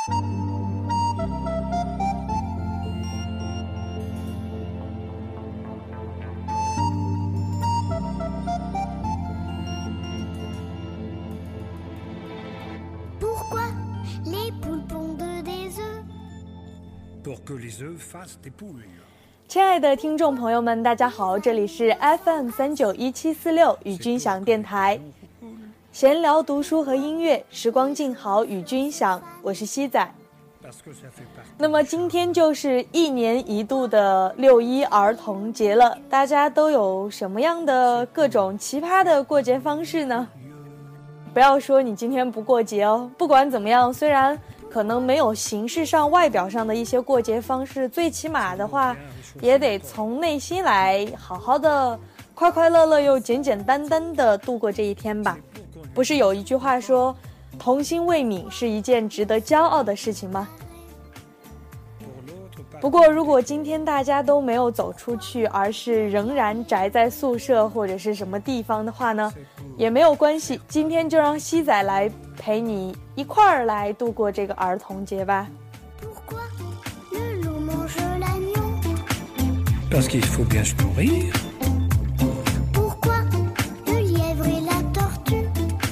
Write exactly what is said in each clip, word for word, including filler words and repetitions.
亲爱的听众朋友们，大家好，这里是 F M 三九一七四六与君享电台，闲聊读书和音乐，时光静好与君享，我是西仔。那么今天就是一年一度的六一儿童节了，大家都有什么样的各种奇葩的过节方式呢？不要说你今天不过节哦，不管怎么样，虽然可能没有形式上外表上的一些过节方式，最起码的话也得从内心来好好的快快乐乐又简简单单的度过这一天吧。不是有一句话说童心未泯是一件值得骄傲的事情吗？不过如果今天大家都没有走出去，而是仍然宅在宿舍或者是什么地方的话呢，也没有关系，今天就让西仔来陪你一块儿来度过这个儿童节吧。 Parce qu'il faut bien se nourrir. Pourquoi le lièvre et la tortue?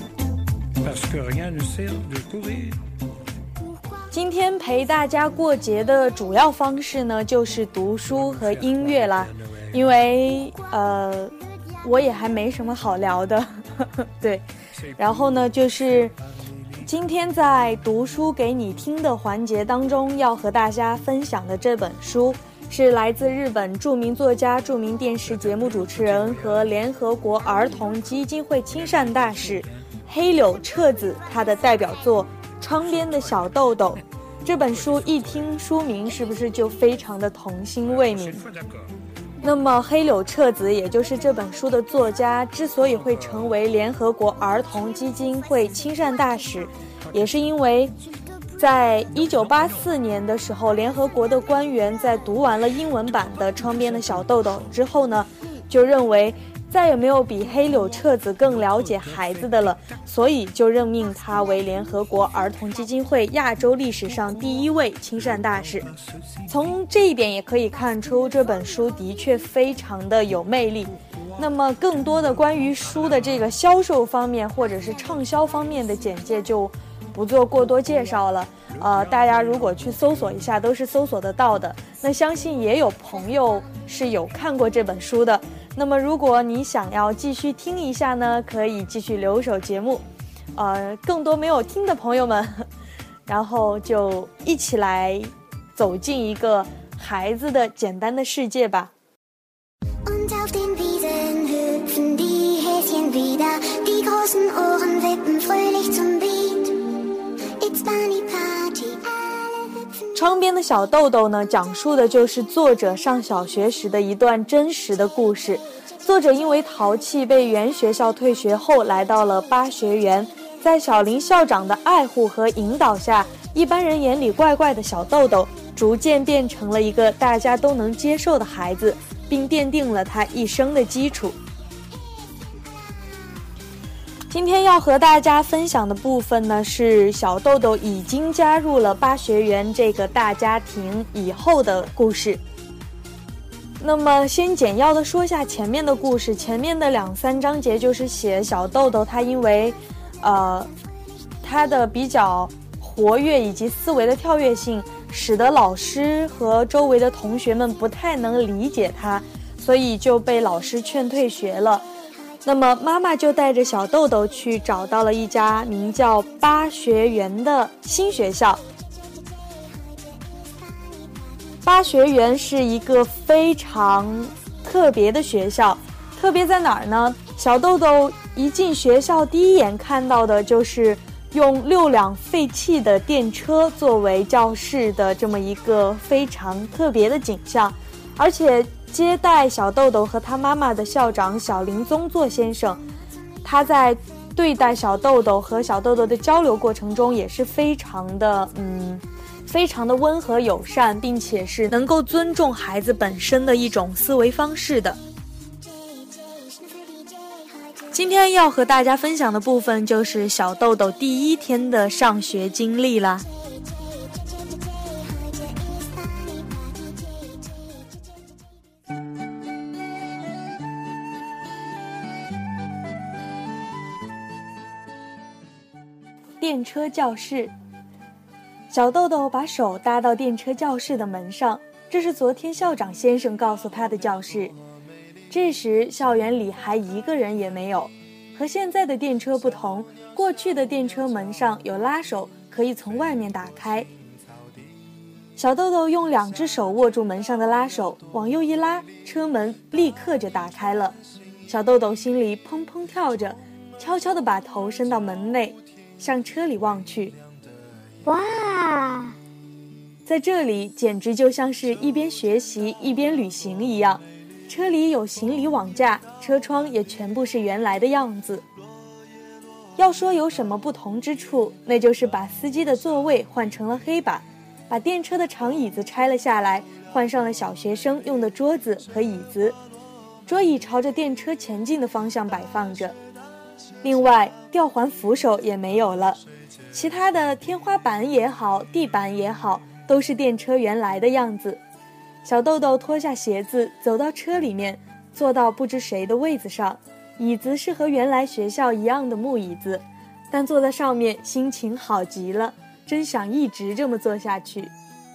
Parce que rien ne sert de courir. 今天陪大家过节的主要方式呢，就是读书和音乐啦。因为呃，我也还没什么好聊的，对。然后呢，就是今天在读书给你听的环节当中，要和大家分享的这本书，是来自日本著名作家、著名电视节目主持人和联合国儿童基金会亲善大使黑柳彻子他的代表作《窗边的小豆豆》。这本书一听书名，是不是就非常的童心未泯？那么黑柳彻子也就是这本书的作家，之所以会成为联合国儿童基金会亲善大使，也是因为在一九八四年的时候，联合国的官员在读完了英文版的《窗边的小豆豆》之后呢，就认为再也没有比黑柳彻子更了解孩子的了，所以就任命他为联合国儿童基金会亚洲历史上第一位亲善大使。从这一点也可以看出，这本书的确非常的有魅力。那么更多的关于书的这个销售方面或者是畅销方面的简介就不做过多介绍了，呃，大家如果去搜索一下都是搜索得到的。那相信也有朋友是有看过这本书的。那么如果你想要继续听一下呢，可以继续留守节目。呃，更多没有听的朋友们，然后就一起来走进一个孩子的简单的世界吧。 Und auf den Wiesen hüpfen die Häschen wieder, die großen Ohren wippen fröhlich zum Beat. It's Bunny Party, alle hüpfen. 窗边的小豆豆呢，讲述的就是作者上小学时的一段真实的故事。作者因为淘气被原学校退学后，来到了巴学园，在小林校长的爱护和引导下，一般人眼里怪怪的小豆豆逐渐变成了一个大家都能接受的孩子，并奠定了他一生的基础。今天要和大家分享的部分呢，是小豆豆已经加入了巴学园这个大家庭以后的故事。那么先简要的说下前面的故事，前面的两三章节就是写小豆豆他因为呃他的比较活跃以及思维的跳跃性，使得老师和周围的同学们不太能理解他，所以就被老师劝退学了。那么妈妈就带着小豆豆去找到了一家名叫巴学园的新学校。巴学园是一个非常特别的学校，特别在哪儿呢？小豆豆一进学校，第一眼看到的就是用六辆废弃的电车作为教室的这么一个非常特别的景象。而且接待小豆豆和他妈妈的校长小林宗作先生，他在对待小豆豆和小豆豆的交流过程中也是非常的嗯非常的温和友善，并且是能够尊重孩子本身的一种思维方式的。今天要和大家分享的部分就是小豆豆第一天的上学经历啦。 车教室。小豆豆把手搭到电车教室的门上，这是昨天校长先生告诉他的教室。这时校园里还一个人也没有。和现在的电车不同，过去的电车门上有拉手，可以从外面打开。小豆豆用两只手握住门上的拉手，往右一拉，车门立刻就打开了。小豆豆心里砰砰跳着，悄悄地把头伸到门内，向车里望去。 哇， 在这里简直就像是一边学习一边旅行一样。车里有行李网架，车窗也全部是原来的样子。要说有什么不同之处，那就是把司机的座位换成了黑板，把电车的长椅子拆了下来，换上了小学生用的桌子和椅子，桌椅朝着电车前进的方向摆放着。另外，吊环扶手也没有了，其他的天花板也好，地板也好，都是电车原来的样子。小豆豆脱下鞋子，走到车里面，坐到不知谁的位子上。椅子是和原来学校一样的木椅子，但坐在上面心情好极了，真想一直这么坐下去。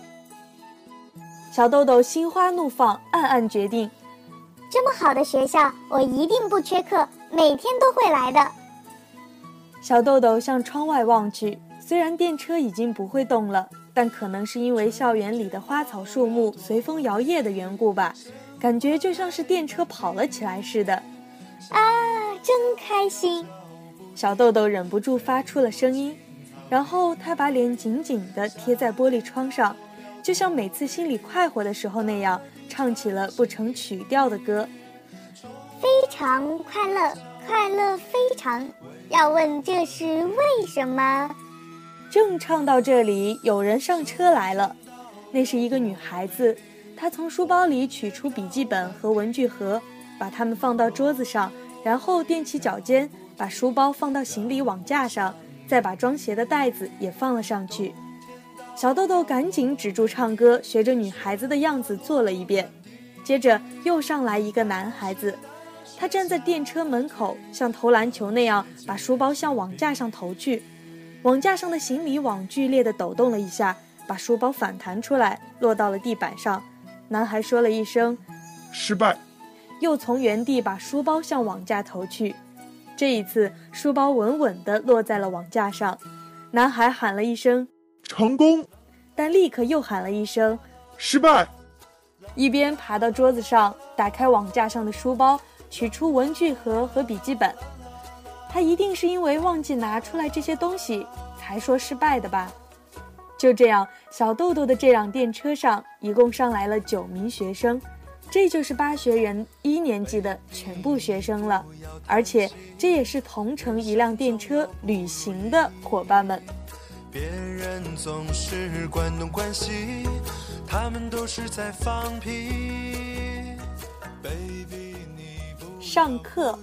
小豆豆心花怒放，暗暗决定， 这么好的学校，我一定不缺课，每天都会来的。 小豆豆向窗外望去，虽然电车已经不会动了，但可能是因为校园里的花草树木随风摇曳的缘故吧，感觉就像是电车跑了起来似的。 啊，真开心！ 小豆豆忍不住发出了声音，然后他把脸紧紧地贴在玻璃窗上，就像每次心里快活的时候那样，唱起了不成曲调的歌。 非常快乐，快乐非常。要问这是为什么？ 正唱到这里，有人上车来了。那是一个女孩子，她从书包里取出笔记本和文具盒，把它们放到桌子上，然后踮起脚尖，把书包放到行李网架上，再把装鞋的袋子也放了上去。小豆豆赶紧止住唱歌，学着女孩子的样子做了一遍。接着又上来一个男孩子，他站在电车门口，像投篮球那样把书包向网架上投去。网架上的行李网剧烈地抖动了一下，把书包反弹出来，落到了地板上。男孩说了一声失败， 又从原地把书包向网架投去。这一次书包稳稳地落在了网架上。男孩喊了一声成功， 但立刻又喊了一声失败， 一边爬到桌子上，打开网架上的书包，取出文具盒和笔记本。他一定是因为忘记拿出来这些东西才说失败的吧。就这样，小豆豆的这辆电车上一共上来了九名学生，这就是巴学园一年级的全部学生了，而且这也是同乘一辆电车旅行的伙伴们。 别人总是关东关西，他们都是在放屁。Baby， 你不上课。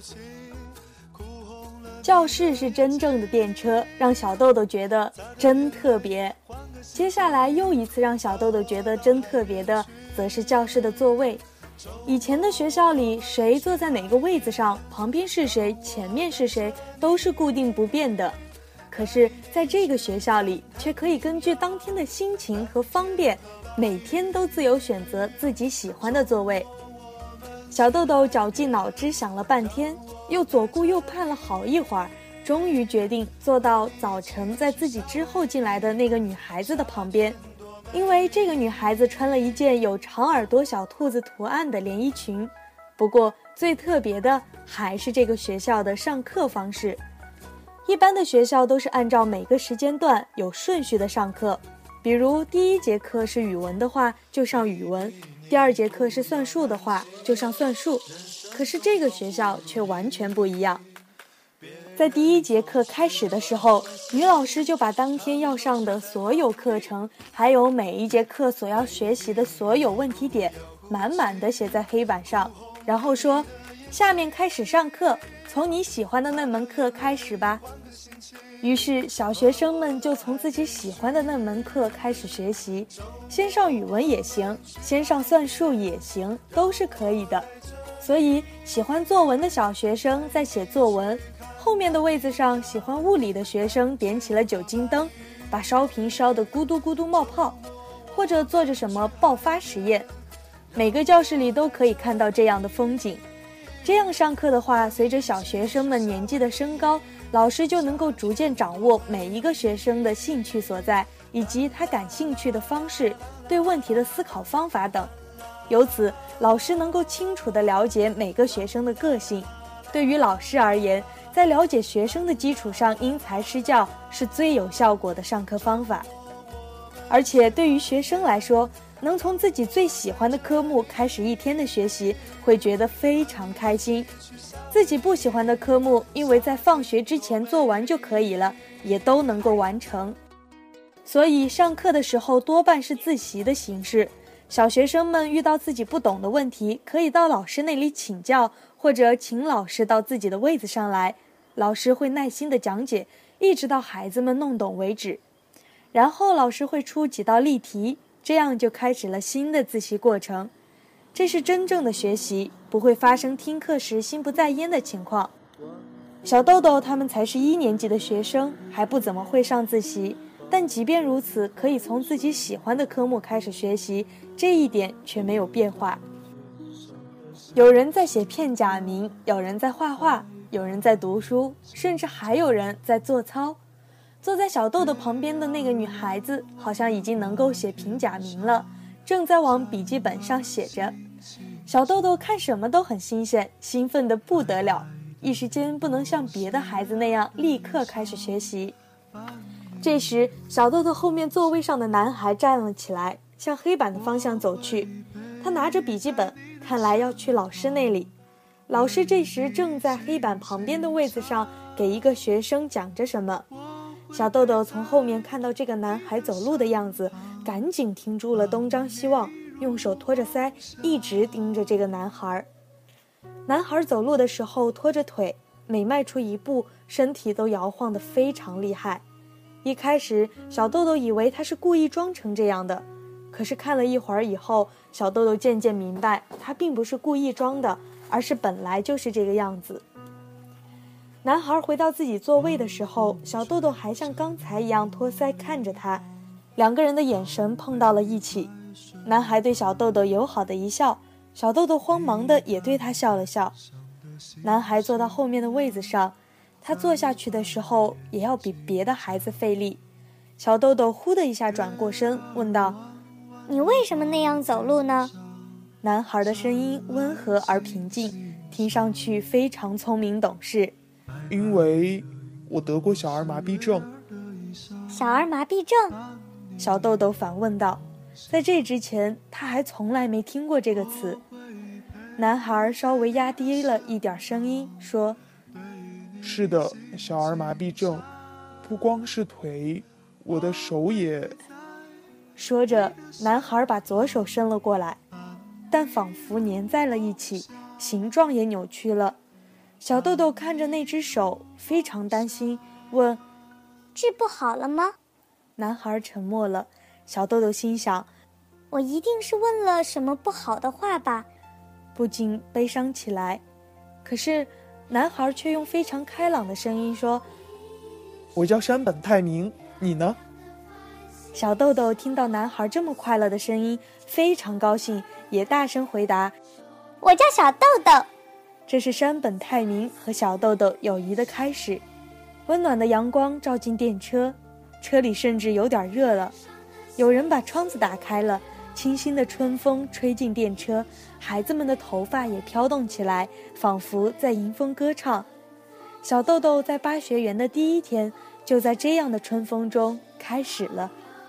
教室是真正的电车，让小豆豆觉得真特别。接下来又一次让小豆豆觉得真特别的，则是教室的座位。以前的学校里，谁坐在哪个位子上，旁边是谁，前面是谁，都是固定不变的。可是在这个学校里，却可以根据当天的心情和方便，每天都自由选择自己喜欢的座位。小豆豆绞尽脑汁想了半天，又左顾右盼了好一会儿，终于决定坐到早晨在自己之后进来的那个女孩子的旁边。因为这个女孩子穿了一件有长耳朵小兔子图案的连衣裙。不过最特别的还是这个学校的上课方式。一般的学校都是按照每个时间段有顺序的上课，比如第一节课是语文的话就上语文，第二节课是算术的话就上算术。可是这个学校却完全不一样。在第一节课开始的时候，女老师就把当天要上的所有课程，还有每一节课所要学习的所有问题点，满满的写在黑板上，然后说，下面开始上课，从你喜欢的那门课开始吧。于是小学生们就从自己喜欢的那门课开始学习，先上语文也行，先上算术也行，都是可以的。所以喜欢作文的小学生在写作文， 后面的位子上，喜欢物理的学生点起了酒精灯，把烧瓶烧得咕嘟咕嘟冒泡，或者做着什么爆发实验。每个教室里都可以看到这样的风景。这样上课的话，随着小学生们年纪的升高，老师就能够逐渐掌握每一个学生的兴趣所在，以及他感兴趣的方式、对问题的思考方法等。由此，老师能够清楚地了解每个学生的个性。对于老师而言，在了解学生的基础上因材施教是最有效果的上课方法。而且对于学生来说，能从自己最喜欢的科目开始一天的学习，会觉得非常开心。自己不喜欢的科目，因为在放学之前做完就可以了，也都能够完成。所以上课的时候多半是自习的形式。小学生们遇到自己不懂的问题，可以到老师那里请教，或者请老师到自己的位子上来，老师会耐心地讲解，一直到孩子们弄懂为止。然后老师会出几道例题，这样就开始了新的自习过程。这是真正的学习，不会发生听课时心不在焉的情况。小豆豆他们才是一年级的学生，还不怎么会上自习，但即便如此，可以从自己喜欢的科目开始学习，这一点却没有变化。有人在写片假名，有人在画画，有人在读书，甚至还有人在做操。坐在小豆豆旁边的那个女孩子好像已经能够写平假名了，正在往笔记本上写着。小豆豆看什么都很新鲜，兴奋得不得了，一时间不能像别的孩子那样立刻开始学习。这时，小豆豆后面座位上的男孩站了起来，向黑板的方向走去。他拿着笔记本，看来要去老师那里。老师这时正在黑板旁边的位子上给一个学生讲着什么。小豆豆从后面看到这个男孩走路的样子，赶紧停住了东张西望，用手托着腮，一直盯着这个男孩。男孩走路的时候拖着腿，每迈出一步，身体都摇晃得非常厉害。一开始，小豆豆以为他是故意装成这样的，可是看了一会儿以后，小豆豆渐渐明白，他并不是故意装的，而是本来就是这个样子。男孩回到自己座位的时候，小豆豆还像刚才一样托腮看着他，两个人的眼神碰到了一起。男孩对小豆豆友好的一笑，小豆豆慌忙的也对他笑了笑。男孩坐到后面的位子上，他坐下去的时候也要比别的孩子费力。小豆豆呼的一下转过身，问道：“ 你为什么那样走路呢？” 男孩的声音温和而平静，听上去非常聪明懂事。 因为我得过小儿麻痹症。 小儿麻痹症？ 小豆豆反问道。在这之前，他还从来没听过这个词。男孩稍微压低了一点声音说：“ 是的，小儿麻痹症，不光是腿，我的手也……” 说着，男孩把左手伸了过来，但仿佛粘在了一起，形状也扭曲了。小豆豆看着那只手，非常担心，问：“ 治不好了吗？” 男孩沉默了。小豆豆心想： 我一定是问了什么不好的话吧， 不禁悲伤起来。可是男孩却用非常开朗的声音说：“ 我叫山本泰明，你呢？” 小豆豆听到男孩这么快乐的声音，非常高兴，也大声回答：“ 我叫小豆豆。” 这是山本泰明和小豆豆友谊的开始。温暖的阳光照进电车，车里甚至有点热了。有人把窗子打开了，清新的春风吹进电车，孩子们的头发也飘动起来，仿佛在迎风歌唱。小豆豆在巴学园的第一天，就在这样的春风中开始了。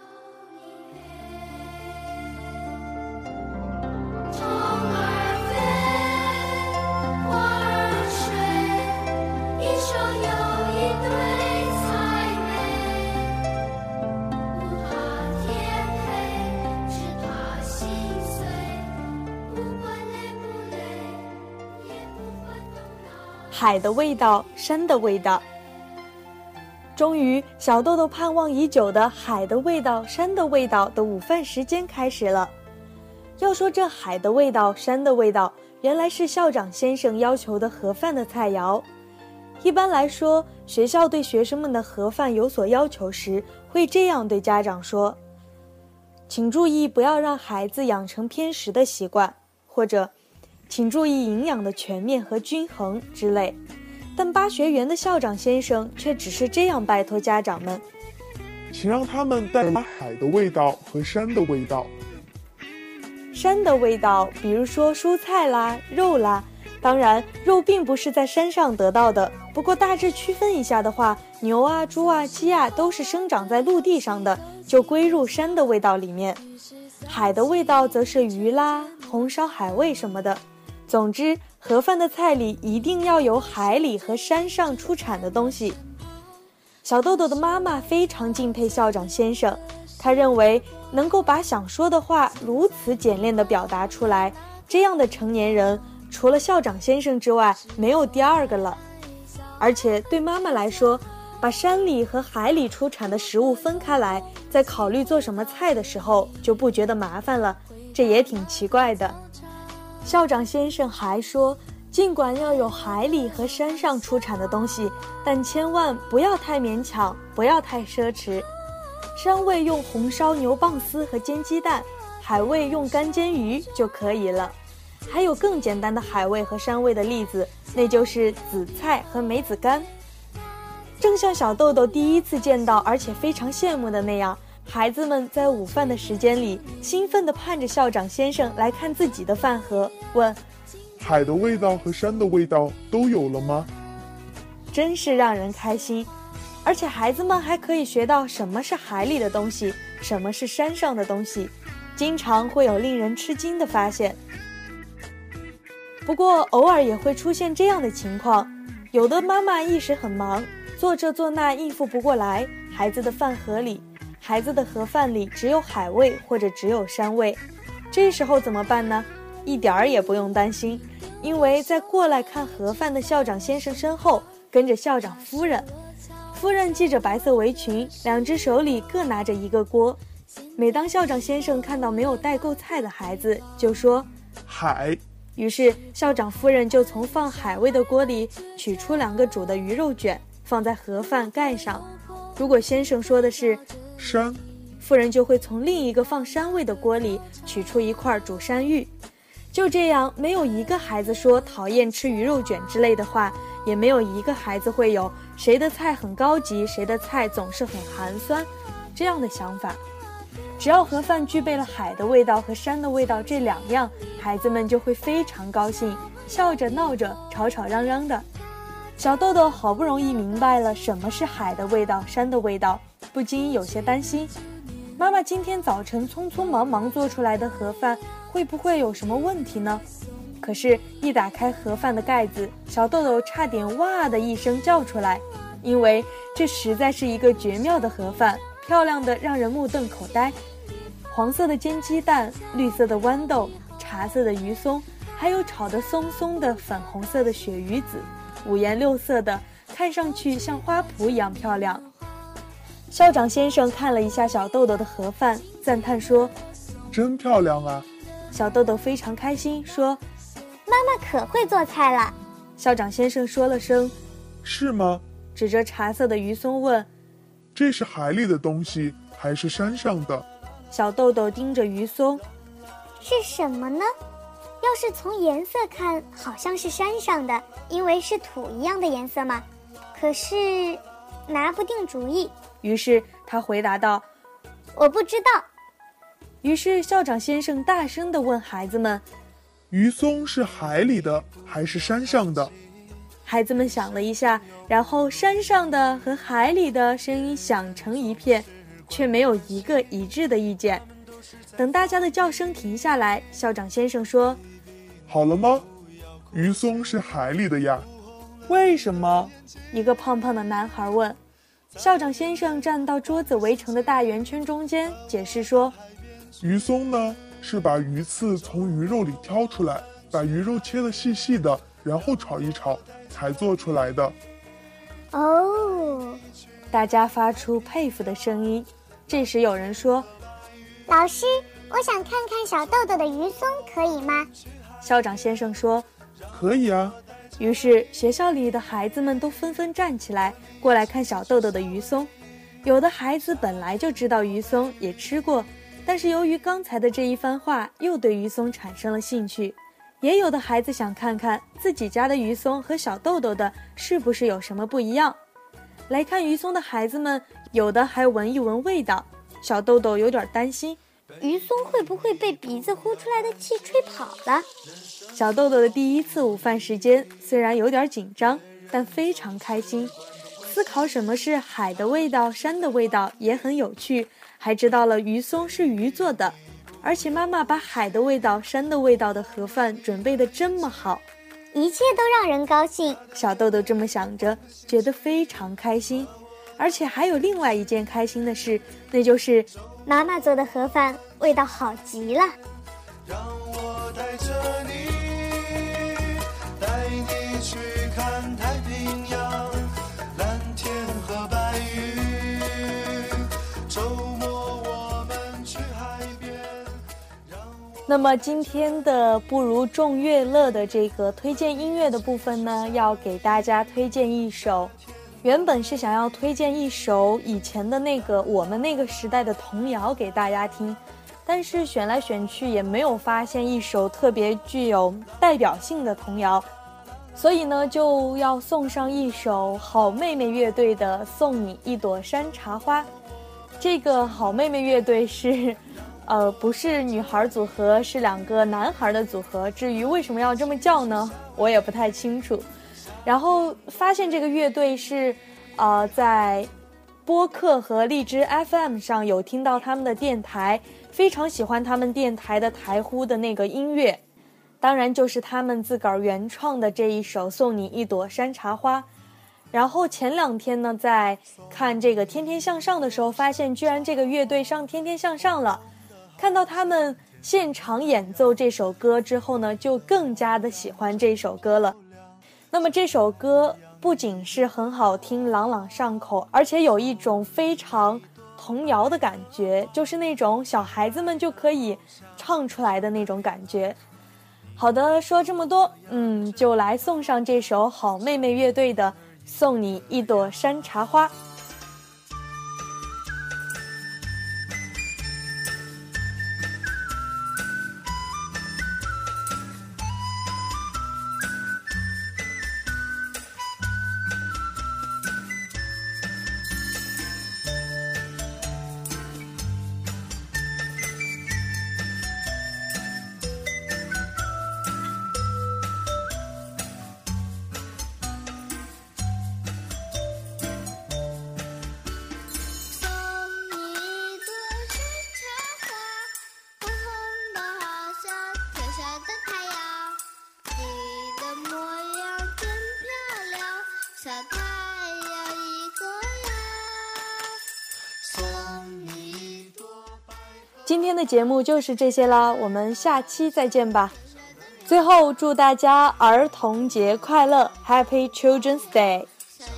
海的味道，山的味道。终于，小豆豆盼望已久的海的味道、山的味道的午饭时间开始了。要说这海的味道、山的味道，原来是校长先生要求的盒饭的菜肴。 一般来说，学校对学生们的盒饭有所要求时，会这样对家长说：请注意不要让孩子养成偏食的习惯，或者请注意营养的全面和均衡之类。但巴学园的校长先生却只是这样拜托家长们： 请让他们带来海的味道和山的味道。 山的味道，比如说蔬菜啦、肉啦。当然，肉并不是在山上得到的，不过大致区分一下的话，牛啊、猪啊、鸡啊都是生长在陆地上的，就归入山的味道里面。海的味道则是鱼啦、红烧海味什么的。总之，盒饭的菜里一定要有海里和山上出产的东西。小豆豆的妈妈非常敬佩校长先生，她认为能够把想说的话如此简练地表达出来，这样的成年人除了校长先生之外没有第二个了。而且对妈妈来说，把山里和海里出产的食物分开来，在考虑做什么菜的时候就不觉得麻烦了，这也挺奇怪的。校长先生还说，尽管要有海里和山上出产的东西，但千万不要太勉强，不要太奢侈。山味用红烧牛蒡丝和煎鸡蛋，海味用干煎鱼就可以了。还有更简单的海味和山味的例子，那就是紫菜和梅子干。正像小豆豆第一次见到而且非常羡慕的那样，孩子们在午饭的时间里兴奋地盼着校长先生来看自己的饭盒，问： 海的味道和山的味道都有了吗？ 真是让人开心。而且孩子们还可以学到什么是海里的东西，什么是山上的东西，经常会有令人吃惊的发现。不过偶尔也会出现这样的情况，有的妈妈一时很忙，做这做那应付不过来，孩子的饭盒里孩子的盒饭里只有海味或者只有山味，这时候怎么办呢？一点儿也不用担心，因为在过来看盒饭的校长先生身后跟着校长夫人。夫人系着白色围裙，两只手里各拿着一个锅。每当校长先生看到没有带够菜的孩子，就说海。 于是校长夫人就从放海味的锅里取出两个煮的鱼肉卷，放在盒饭盖上。如果先生说的是山， 夫人就会从另一个放山味的锅里取出一块煮山芋。就这样，没有一个孩子说讨厌吃鱼肉卷之类的话，也没有一个孩子会有谁的菜很高级，谁的菜总是很寒酸这样的想法。只要盒饭具备了海的味道和山的味道这两样，孩子们就会非常高兴，笑着闹着，吵吵嚷嚷的。小豆豆好不容易明白了什么是海的味道、山的味道，不禁有些担心，妈妈今天早晨匆匆忙忙做出来的盒饭会不会有什么问题呢？可是，一打开盒饭的盖子，小豆豆差点哇的一声叫出来，因为这实在是一个绝妙的盒饭，漂亮的让人目瞪口呆。黄色的煎鸡蛋，绿色的豌豆，茶色的鱼松，还有炒得松松的粉红色的鳕鱼子，五颜六色的，看上去像花圃一样漂亮。校长先生看了一下小豆豆的盒饭，赞叹说： 真漂亮啊。 小豆豆非常开心，说： 妈妈可会做菜了。 校长先生说了声： 是吗？ 指着茶色的鱼松问： 这是海里的东西还是山上的？ 小豆豆盯着鱼松： 是什么呢？要是从颜色看，好像是山上的，因为是土一样的颜色嘛。可是拿不定主意。 于是他回答道： 我不知道。 于是校长先生大声地问孩子们： 鱼松是海里的还是山上的？ 孩子们想了一下，然后山上的和海里的声音响成一片，却没有一个一致的意见。等大家的叫声停下来，校长先生说： 好了吗？鱼松是海里的呀。 为什么？一个胖胖的男孩问。校长先生站到桌子围成的大圆圈中间，解释说： 鱼松呢，是把鱼刺从鱼肉里挑出来，把鱼肉切得细细的，然后炒一炒才做出来的。 哦， 大家发出佩服的声音。这时有人说： 老师，我想看看小豆豆的鱼松，可以吗？ 校长先生说： 可以啊。 于是学校里的孩子们都纷纷站起来过来看小豆豆的鱼松。有的孩子本来就知道鱼松，也吃过，但是由于刚才的这一番话，又对鱼松产生了兴趣。也有的孩子想看看自己家的鱼松和小豆豆的是不是有什么不一样。来看鱼松的孩子们，有的还闻一闻味道。小豆豆有点担心， 鱼松会不会被鼻子呼出来的气吹跑了？ 小豆豆的第一次午饭时间虽然有点紧张，但非常开心。思考什么是海的味道、山的味道也很有趣，还知道了鱼松是鱼做的。而且妈妈把海的味道、山的味道的盒饭准备得这么好， 一切都让人高兴。 小豆豆这么想着，觉得非常开心。而且还有另外一件开心的事，那就是妈妈做的盒饭味道好极了。 让我带着你，带你去看太平洋，蓝天和白云。周末我们去海边。 那么今天的不如众乐乐的这个推荐音乐的部分呢，要给大家推荐一首，原本是想要推荐一首以前的那个我们那个时代的童谣给大家听，但是选来选去也没有发现一首特别具有代表性的童谣，所以呢就要送上一首好妹妹乐队的《送你一朵山茶花》。这个好妹妹乐队是呃，不是女孩组合，是两个男孩的组合。至于为什么要这么叫呢，我也不太清楚。然后发现这个乐队是，呃，在播客和荔枝 F M 上有听到他们的电台，非常喜欢他们电台的台呼的那个音乐，当然就是他们自个儿原创的这一首《送你一朵山茶花》。然后前两天呢，在看这个《天天向上》的时候，发现居然这个乐队上《天天向上》了。看到他们现场演奏这首歌之后呢，就更加的喜欢这首歌了。那么这首歌不仅是很好听、朗朗上口，而且有一种非常童谣的感觉，就是那种小孩子们就可以唱出来的那种感觉。好的，说这么多，嗯，就来送上这首好妹妹乐队的《送你一朵山茶花》。今天的节目就是这些啦，我们下期再见吧。最后祝大家儿童节快乐 Happy Children's Day。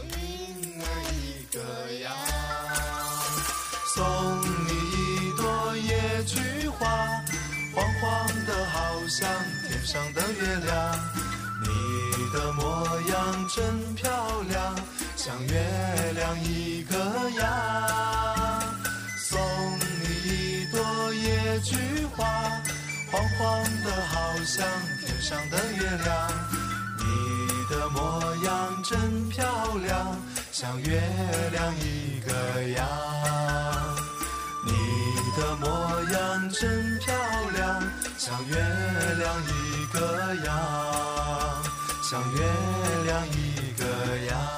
送你一朵野菊花，黄黄的好像天上的月亮，你的模样真漂亮，像月亮一个样。送你一朵野菊花，黄黄的好像天上的月亮，你的模样真漂亮，像月亮一个样。你的模样真漂亮，像月亮一个样，像月亮一个样。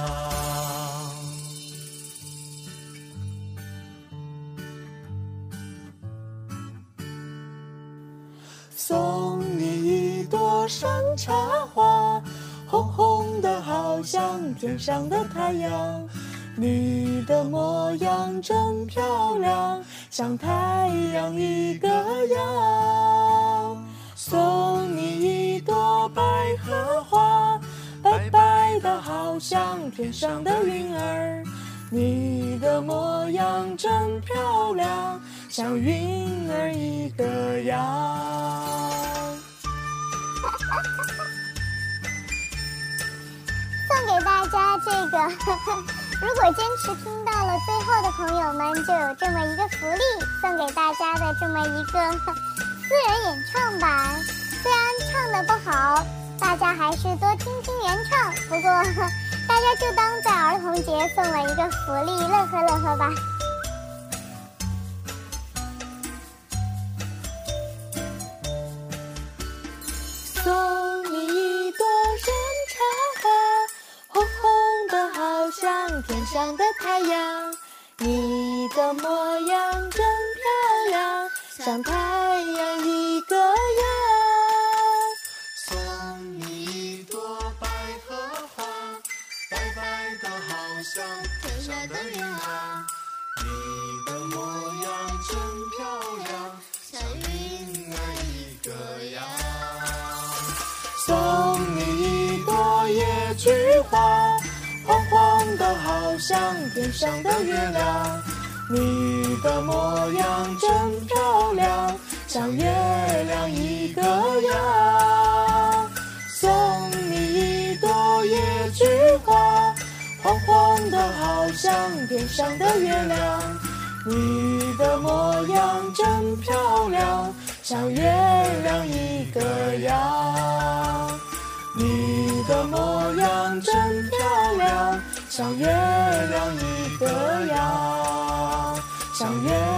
送你一朵山茶花，红红的好像天上的太阳，你的模样真漂亮，像太阳一个样。送你一朵百合花，白白的好像天上的云儿，你的模样真漂亮，像云儿一个样。 送给大家这个呵呵，如果坚持听到了最后的朋友们，就有这么一个福利送给大家的这么一个私人演唱版。虽然唱的不好，大家还是多听听原唱，不过大家就当在儿童节送了一个福利，乐呵乐呵吧。 送你一朵山茶花，红红的好像天上的太阳，你的模样真漂亮，像太阳一个样。 送你一朵百合花，白白的好像天上的云啊，你的模样真漂亮，像云儿一个样。送你一朵野菊花，黄黄的好像天上的月亮，你的模样真漂亮，像月亮一个样。送你一朵野菊花，黄黄的好像天上的月亮，你的模样真漂亮，像月亮一个样。你的模样真漂亮，像月亮一个样，像月